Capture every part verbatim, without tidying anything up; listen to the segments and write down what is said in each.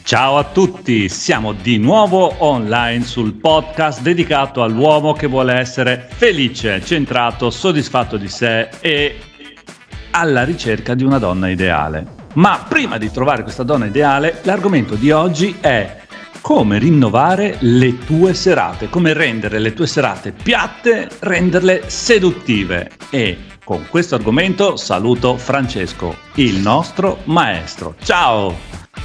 Ciao a tutti, siamo di nuovo online sul podcast dedicato all'uomo che vuole essere felice, centrato, soddisfatto di sé e alla ricerca di una donna ideale. Ma prima di trovare questa donna ideale, l'argomento di oggi è come rinnovare le tue serate, come rendere le tue serate piatte, renderle seduttive. E con questo argomento saluto Francesco, il nostro maestro. Ciao!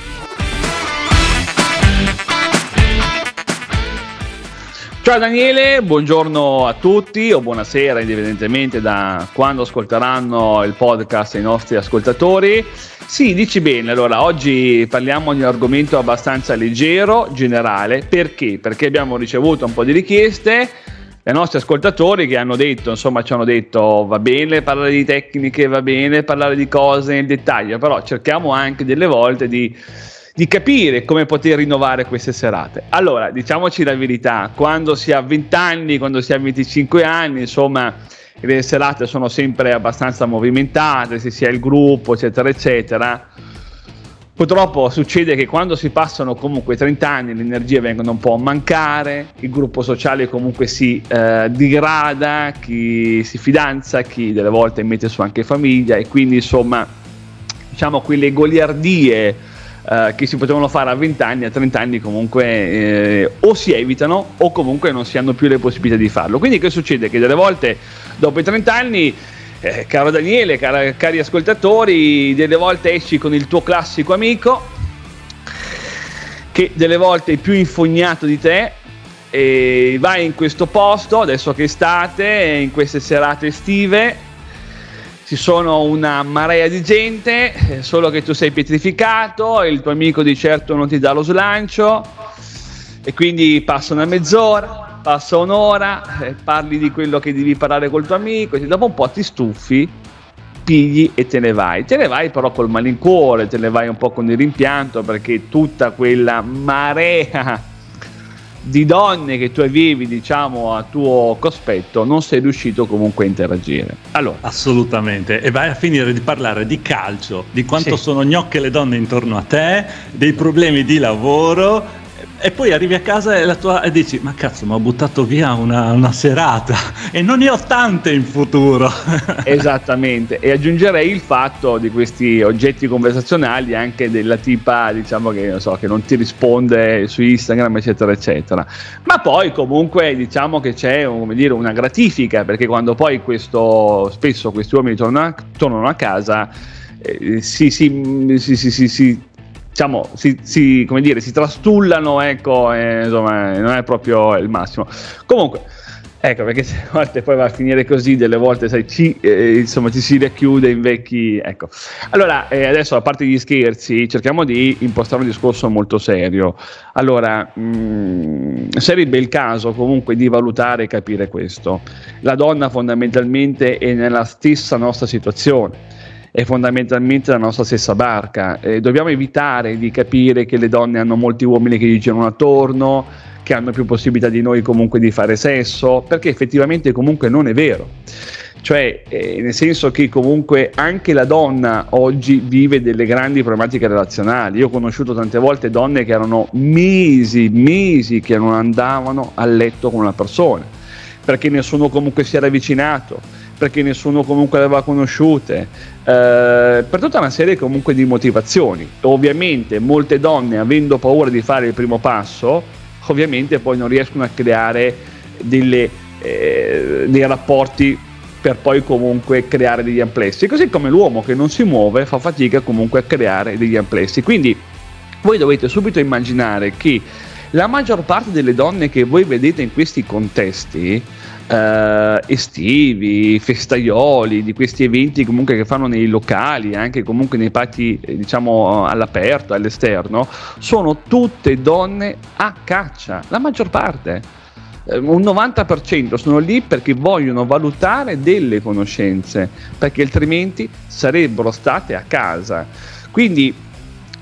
Ciao Daniele, buongiorno a tutti o buonasera indipendentemente da quando ascolteranno il podcast i nostri ascoltatori. Sì, dici bene, allora oggi parliamo di un argomento abbastanza leggero, generale. Perché? Perché abbiamo ricevuto un po' di richieste dai nostri ascoltatori che hanno detto, insomma ci hanno detto va bene parlare di tecniche, va bene parlare di cose nel dettaglio, però cerchiamo anche delle volte di di capire come poter rinnovare queste serate. Allora, diciamoci la verità, quando si ha venti anni, quando si ha venticinque anni, insomma, le serate sono sempre abbastanza movimentate, se si ha il gruppo, eccetera, eccetera. Purtroppo succede che quando si passano comunque trenta anni le energie vengono un po' a mancare, il gruppo sociale comunque si eh, digrada, chi si fidanza, chi delle volte mette su anche famiglia e quindi insomma, diciamo quelle goliardie Uh, che si potevano fare a venti anni, a trenta anni comunque eh, o si evitano o comunque non si hanno più le possibilità di farlo. Quindi che succede? Che delle volte dopo i trenta anni, eh, caro Daniele, cara, cari ascoltatori, delle volte esci con il tuo classico amico che delle volte è più infognato di te e vai in questo posto, adesso che è estate, in queste serate estive, ci sono una marea di gente, solo che tu sei pietrificato, il tuo amico di certo non ti dà lo slancio e quindi passa una mezz'ora, passa un'ora, eh, parli di quello che devi parlare col tuo amico e dopo un po' ti stufi, pigli e te ne vai. Te ne vai però col malincuore, te ne vai un po' con il rimpianto perché tutta quella marea di donne che tu avevi, diciamo, a tuo cospetto non sei riuscito comunque a interagire. Allora, assolutamente, e vai a finire di parlare di calcio, di quanto sì. sono gnocche le donne intorno a te, dei problemi di lavoro e poi arrivi a casa e, la tua, e dici ma cazzo, mi ho buttato via una, una serata e non ne ho tante in futuro. Esattamente, e aggiungerei il fatto di questi oggetti conversazionali anche della tipa, diciamo, che non so, che non ti risponde su Instagram eccetera eccetera, ma poi comunque diciamo che c'è, come dire, una gratifica, perché quando poi questo spesso questi uomini tornano a, tornano a casa eh, si si si si, si, si diciamo si, si come dire si trastullano, ecco, eh, insomma non è proprio il massimo. Comunque ecco, perché a volte poi va a finire così, delle volte sai ci, eh, insomma ci si racchiude in vecchi, ecco. Allora eh, adesso, a parte gli scherzi, cerchiamo di impostare un discorso molto serio. Allora mh, sarebbe il caso comunque di valutare e capire questo. La donna fondamentalmente è nella stessa nostra situazione, è fondamentalmente la nostra stessa barca, e dobbiamo evitare di capire che le donne hanno molti uomini che gli girano attorno, che hanno più possibilità di noi comunque di fare sesso, perché effettivamente comunque non è vero. Cioè eh, nel senso che comunque anche la donna oggi vive delle grandi problematiche relazionali. Io ho conosciuto tante volte donne che erano mesi, mesi che non andavano a letto con una persona, perché nessuno comunque si era avvicinato, perché nessuno comunque le aveva conosciute, eh, per tutta una serie comunque di motivazioni. Ovviamente molte donne, avendo paura di fare il primo passo, ovviamente poi non riescono a creare delle, eh, dei rapporti per poi comunque creare degli amplessi, così come l'uomo che non si muove fa fatica comunque a creare degli amplessi. Quindi voi dovete subito immaginare che la maggior parte delle donne che voi vedete in questi contesti Uh, estivi, festaioli, di questi eventi comunque che fanno nei locali, anche comunque nei pati, eh, diciamo all'aperto, all'esterno, sono tutte donne a caccia, la maggior parte, uh, un novanta per cento sono lì perché vogliono valutare delle conoscenze, perché altrimenti sarebbero state a casa. Quindi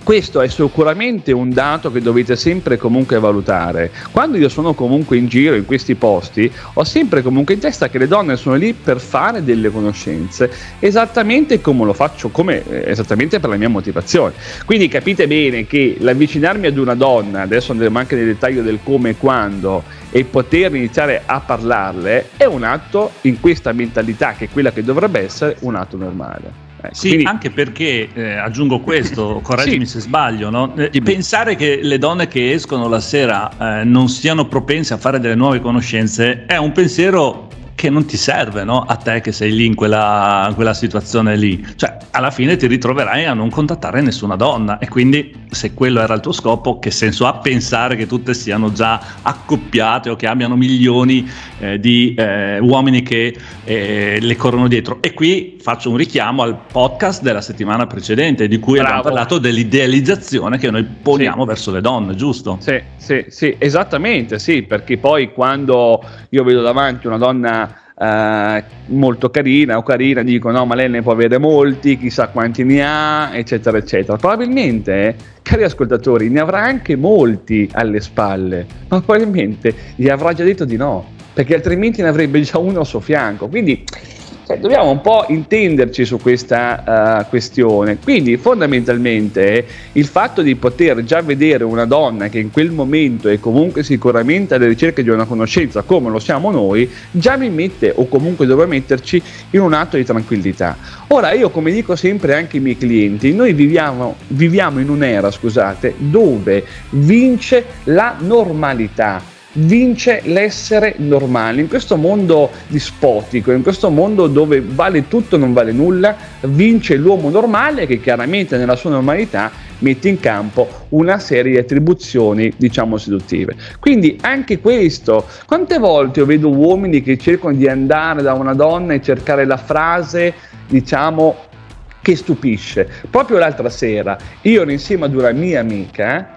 questo è sicuramente un dato che dovete sempre comunque valutare. Quando io sono comunque in giro in questi posti, ho sempre comunque in testa che le donne sono lì per fare delle conoscenze, esattamente come lo faccio, come esattamente per la mia motivazione. Quindi capite bene che l'avvicinarmi ad una donna, adesso andremo anche nel dettaglio del come e quando, e poter iniziare a parlarle, è un atto, in questa mentalità che è quella che dovrebbe essere, un atto normale. Ecco, sì, quindi... anche perché, eh, aggiungo questo, correggimi sì. se sbaglio, no? Eh, pensare che le donne che escono la sera eh, non siano propense a fare delle nuove conoscenze è un pensiero che non ti serve, no? A te che sei lì in quella, in quella situazione lì, cioè alla fine ti ritroverai a non contattare nessuna donna, e quindi se quello era il tuo scopo, che senso ha pensare che tutte siano già accoppiate o che abbiano milioni eh, di eh, uomini che eh, le corrono dietro? E qui faccio un richiamo al podcast della settimana precedente, di cui Bravo. abbiamo parlato dell'idealizzazione che noi poniamo sì. verso le donne, giusto? Sì, sì, sì, esattamente, sì, perché poi quando io vedo davanti una donna Uh, molto carina o carina, dico no, ma lei ne può avere molti, chissà quanti ne ha, eccetera eccetera. Probabilmente, eh, cari ascoltatori, ne avrà anche molti alle spalle, ma probabilmente gli avrà già detto di no, perché altrimenti ne avrebbe già uno al suo fianco. Quindi cioè, dobbiamo un po' intenderci su questa uh, questione. Quindi fondamentalmente il fatto di poter già vedere una donna che in quel momento è comunque sicuramente alla ricerca di una conoscenza come lo siamo noi, già mi mette, o comunque doveva metterci, in un atto di tranquillità. Ora io, come dico sempre anche ai miei clienti, noi viviamo, viviamo in un'era, scusate, dove vince la normalità, vince l'essere normale. In questo mondo dispotico, in questo mondo dove vale tutto e non vale nulla, vince l'uomo normale, che chiaramente nella sua normalità mette in campo una serie di attribuzioni, diciamo, seduttive. Quindi anche questo, quante volte io vedo uomini che cercano di andare da una donna e cercare la frase, diciamo, che stupisce. Proprio l'altra sera io ero insieme ad una mia amica,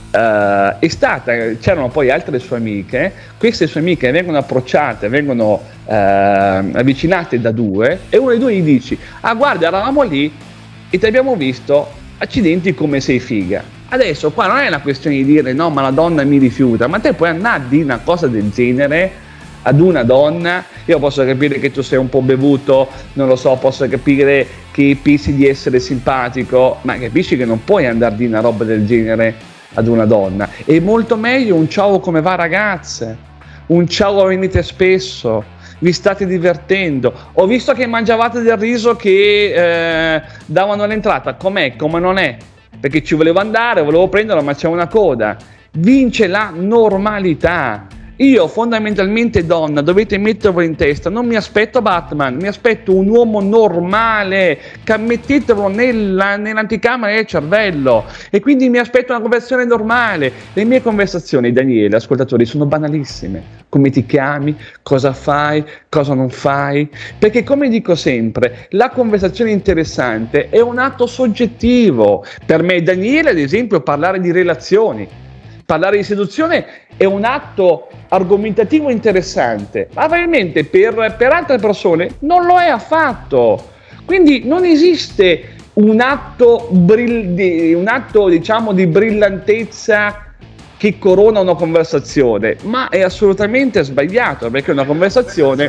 Uh, è stata, c'erano poi altre sue amiche, queste sue amiche vengono approcciate, vengono uh, avvicinate da due, e uno dei due gli dice: ah, guarda, eravamo lì e ti abbiamo visto, accidenti come sei figa. Adesso qua non è una questione di dire no, ma la donna mi rifiuta, ma te puoi andare a dire una cosa del genere ad una donna? Io posso capire che tu sei un po' bevuto, non lo so, posso capire che pensi di essere simpatico, ma capisci che non puoi andare a dire una roba del genere ad una donna. È molto meglio un ciao, come va ragazze, un ciao, venite spesso, vi state divertendo, ho visto che mangiavate del riso che eh, davano all'entrata, com'è, come non è, perché ci volevo andare, volevo prenderlo ma c'è una coda. Vince la normalità. Io fondamentalmente, donna, dovete mettervelo in testa, non mi aspetto Batman, mi aspetto un uomo normale, che mettetevelo nella, nell'anticamera del cervello, e quindi mi aspetto una conversazione normale. Le mie conversazioni, Daniele, ascoltatori, sono banalissime: come ti chiami, cosa fai, cosa non fai, perché, come dico sempre, la conversazione interessante è un atto soggettivo. Per me, Daniele, ad esempio, parlare di relazioni, parlare di seduzione è un atto argomentativo interessante, ma probabilmente per, per altre persone non lo è affatto. Quindi non esiste un atto, brill- di, un atto diciamo di brillantezza che corona una conversazione, ma è assolutamente sbagliato, perché una conversazione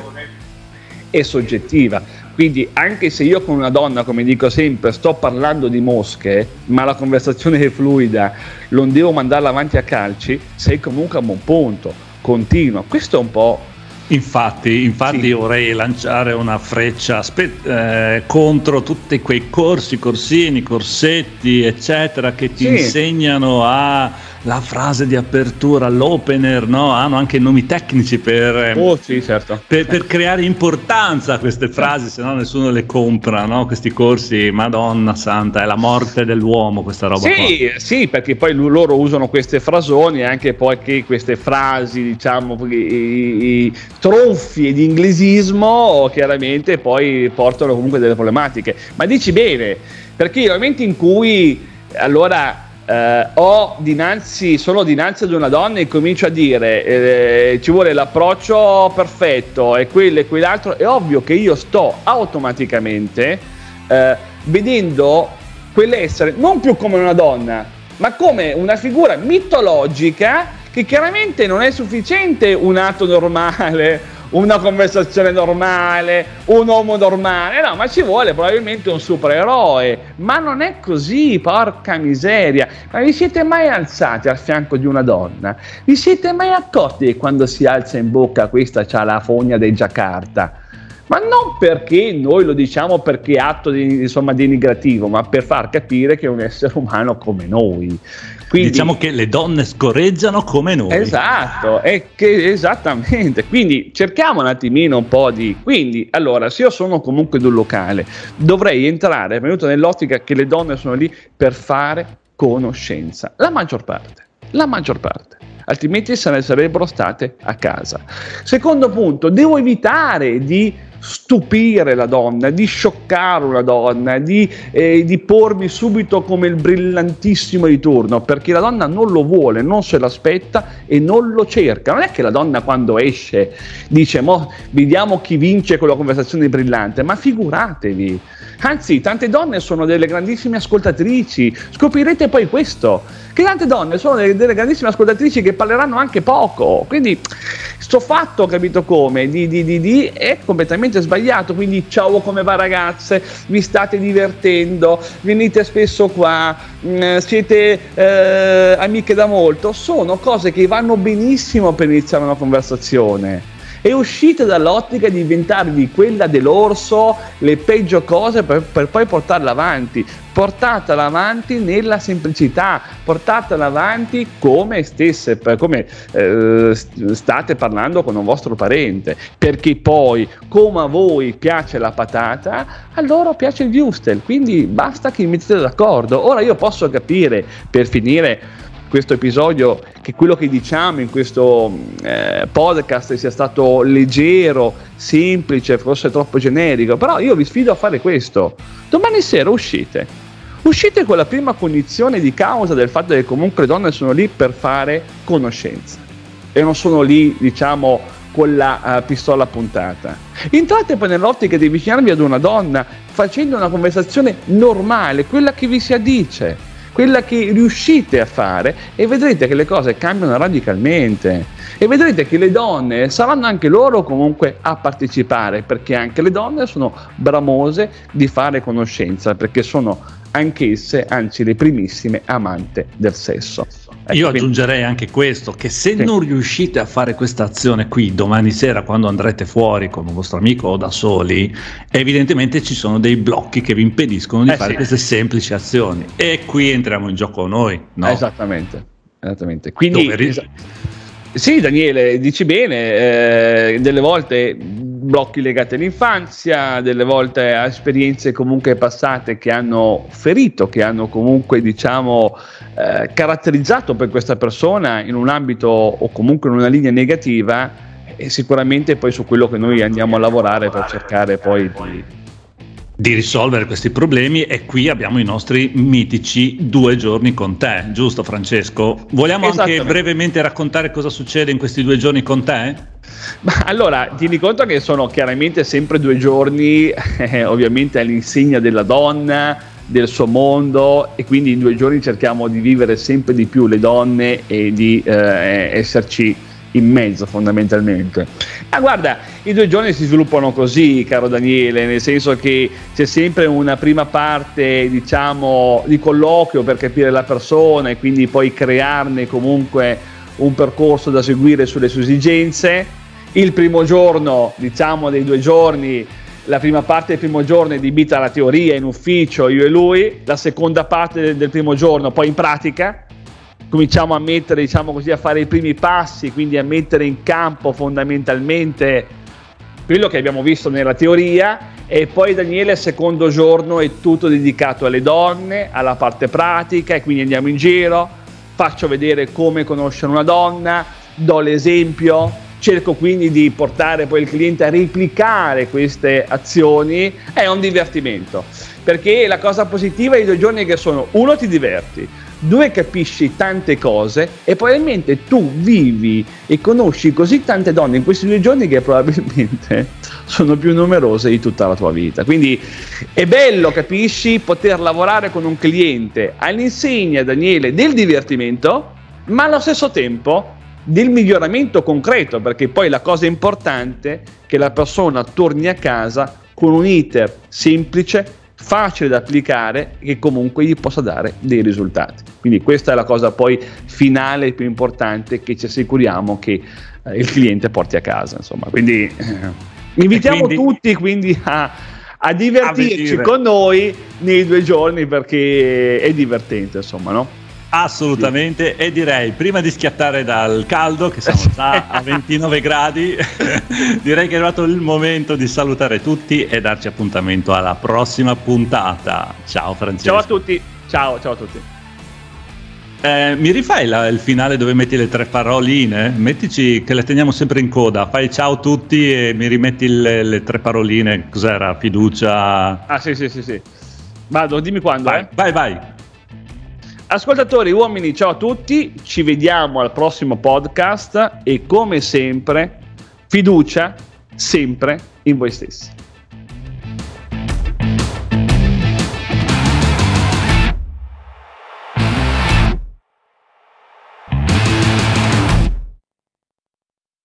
è soggettiva. Quindi anche se io con una donna, come dico sempre, sto parlando di mosche, ma la conversazione è fluida, non devo mandarla avanti a calci, sei comunque a buon punto, continua. Questo è un po'... Infatti, infatti sì. Vorrei lanciare una freccia spe- eh, contro tutti quei corsi, corsini, corsetti, eccetera, che ti sì. insegnano a... la frase di apertura, l'opener, no? Hanno anche nomi tecnici per, oh, sì, certo. per, per creare importanza a queste frasi, se no nessuno le compra, no? Questi corsi, Madonna santa, è la morte dell'uomo questa roba sì, qua. Sì, perché poi loro usano queste frasoni, anche poi che queste frasi, diciamo, i, i, i tronfi di inglesismo, chiaramente poi portano comunque delle problematiche. Ma dici bene, perché nel momento in cui, allora... Uh, ho dinanzi, sono dinanzi ad una donna e comincio a dire eh, ci vuole l'approccio perfetto e quello e quell'altro, è ovvio che io sto automaticamente uh, vedendo quell'essere non più come una donna, ma come una figura mitologica che chiaramente non è sufficiente un atto normale, una conversazione normale, un uomo normale, no, ma ci vuole probabilmente un supereroe, ma non è così, porca miseria. Ma vi siete mai alzati al fianco di una donna? Vi siete mai accorti che quando si alza in bocca questa c'ha la fogna dei Giacarta? Ma non perché noi lo diciamo perché è atto di, insomma, denigrativo, ma per far capire che è un essere umano come noi. Quindi, diciamo che le donne scorreggiano come noi. Esatto, è che, esattamente. Quindi cerchiamo un attimino un po' di... Quindi, allora, se io sono comunque di un locale, dovrei entrare, è venuto nell'ottica che le donne sono lì per fare conoscenza. La maggior parte, la maggior parte. Altrimenti se ne sarebbero state a casa. Secondo punto, devo evitare di stupire la donna, di scioccare una donna, di, eh, di pormi subito come il brillantissimo di turno, perché la donna non lo vuole, non se l'aspetta e non lo cerca. Non è che la donna quando esce dice mo vediamo chi vince con la conversazione brillante, ma figuratevi. Anzi, tante donne sono delle grandissime ascoltatrici, scoprirete poi questo, che tante donne sono delle, delle grandissime ascoltatrici che parleranno anche poco, quindi sto fatto, capito come, di, di, di, di è completamente sbagliato. Quindi ciao, come va ragazze, vi state divertendo, venite spesso qua, mh, siete eh, amiche da molto, sono cose che vanno benissimo per iniziare una conversazione. E uscite dall'ottica di inventarvi quella dell'orso, le peggio cose per, per poi portarla avanti. Portatela avanti nella semplicità, portatela avanti come stesse, come eh, state parlando con un vostro parente, perché poi come a voi piace la patata, a loro piace il wurstel, quindi basta che vi mettete d'accordo. Ora io posso capire, per finire questo episodio, che quello che diciamo in questo eh, podcast sia stato leggero, semplice, forse troppo generico, però io vi sfido a fare questo. Domani sera uscite, uscite con la prima cognizione di causa del fatto che comunque le donne sono lì per fare conoscenza e non sono lì, diciamo, con la uh, pistola puntata. Entrate poi nell'ottica di avvicinarvi ad una donna facendo una conversazione normale, quella che vi si addice, quella che riuscite a fare, e vedrete che le cose cambiano radicalmente e vedrete che le donne saranno anche loro comunque a partecipare, perché anche le donne sono bramose di fare conoscenza, perché sono anch'esse, anzi le primissime amante del sesso. Ecco, io aggiungerei anche questo, che se sì. non riuscite a fare questa azione qui domani sera quando andrete fuori con un vostro amico o da soli, evidentemente ci sono dei blocchi che vi impediscono di eh fare sì. queste semplici azioni, e qui entriamo in gioco noi, no? Esattamente, esattamente. Quindi Dove... es- sì, Daniele, dici bene, eh, delle volte blocchi legati all'infanzia, delle volte a esperienze comunque passate che hanno ferito, che hanno comunque, diciamo, eh, caratterizzato per questa persona in un ambito o comunque in una linea negativa, e sicuramente poi su quello che noi andiamo a lavorare per cercare poi di... di risolvere questi problemi. E qui abbiamo i nostri mitici due giorni con te, giusto Francesco? Vogliamo anche brevemente raccontare cosa succede in questi due giorni con te? Ma allora, tieni conto che sono chiaramente sempre due giorni, eh, ovviamente all'insegna della donna, del suo mondo, e quindi in due giorni cerchiamo di vivere sempre di più le donne e di eh, esserci in mezzo fondamentalmente. Ma guarda, i due giorni si sviluppano così, caro Daniele, nel senso che c'è sempre una prima parte, diciamo, di colloquio per capire la persona e quindi poi crearne comunque un percorso da seguire sulle sue esigenze. Il primo giorno, diciamo, dei due giorni, la prima parte del primo giorno è adibita alla teoria in ufficio, io e lui, la seconda parte del, del primo giorno poi in pratica. Cominciamo a mettere, diciamo così, a fare i primi passi, quindi a mettere in campo fondamentalmente quello che abbiamo visto nella teoria, e poi Daniele il secondo giorno è tutto dedicato alle donne, alla parte pratica, e quindi andiamo in giro, faccio vedere come conoscere una donna, do l'esempio, cerco quindi di portare poi il cliente a replicare queste azioni, è un divertimento, perché la cosa positiva dei due giorni è che sono: uno, ti diverti, due, capisci tante cose e probabilmente tu vivi e conosci così tante donne in questi due giorni che probabilmente sono più numerose di tutta la tua vita. Quindi è bello, capisci, poter lavorare con un cliente all'insegna, Daniele, del divertimento, ma allo stesso tempo del miglioramento concreto, perché poi la cosa importante è che la persona torni a casa con un iter semplice, facile da applicare e che comunque gli possa dare dei risultati. Quindi questa è la cosa poi finale, più importante, che ci assicuriamo che eh, il cliente porti a casa, insomma. Quindi eh, invitiamo quindi, tutti quindi a, a divertirci a con noi nei due giorni, perché è divertente, insomma, no? Assolutamente, sì. E direi, prima di schiattare dal caldo, che siamo già a ventinove gradi, direi che è arrivato il momento di salutare tutti e darci appuntamento alla prossima puntata. Ciao Francesco. Ciao a tutti, ciao, ciao a tutti. Eh, mi rifai la, il finale dove metti le tre paroline? Mettici, che le teniamo sempre in coda. Fai ciao a tutti e mi rimetti le, le tre paroline. Cos'era? Fiducia? Ah sì sì sì sì. Vado, dimmi quando. Vai, eh. vai, vai. Ascoltatori, uomini, ciao a tutti, ci vediamo al prossimo podcast e come sempre, fiducia sempre in voi stessi.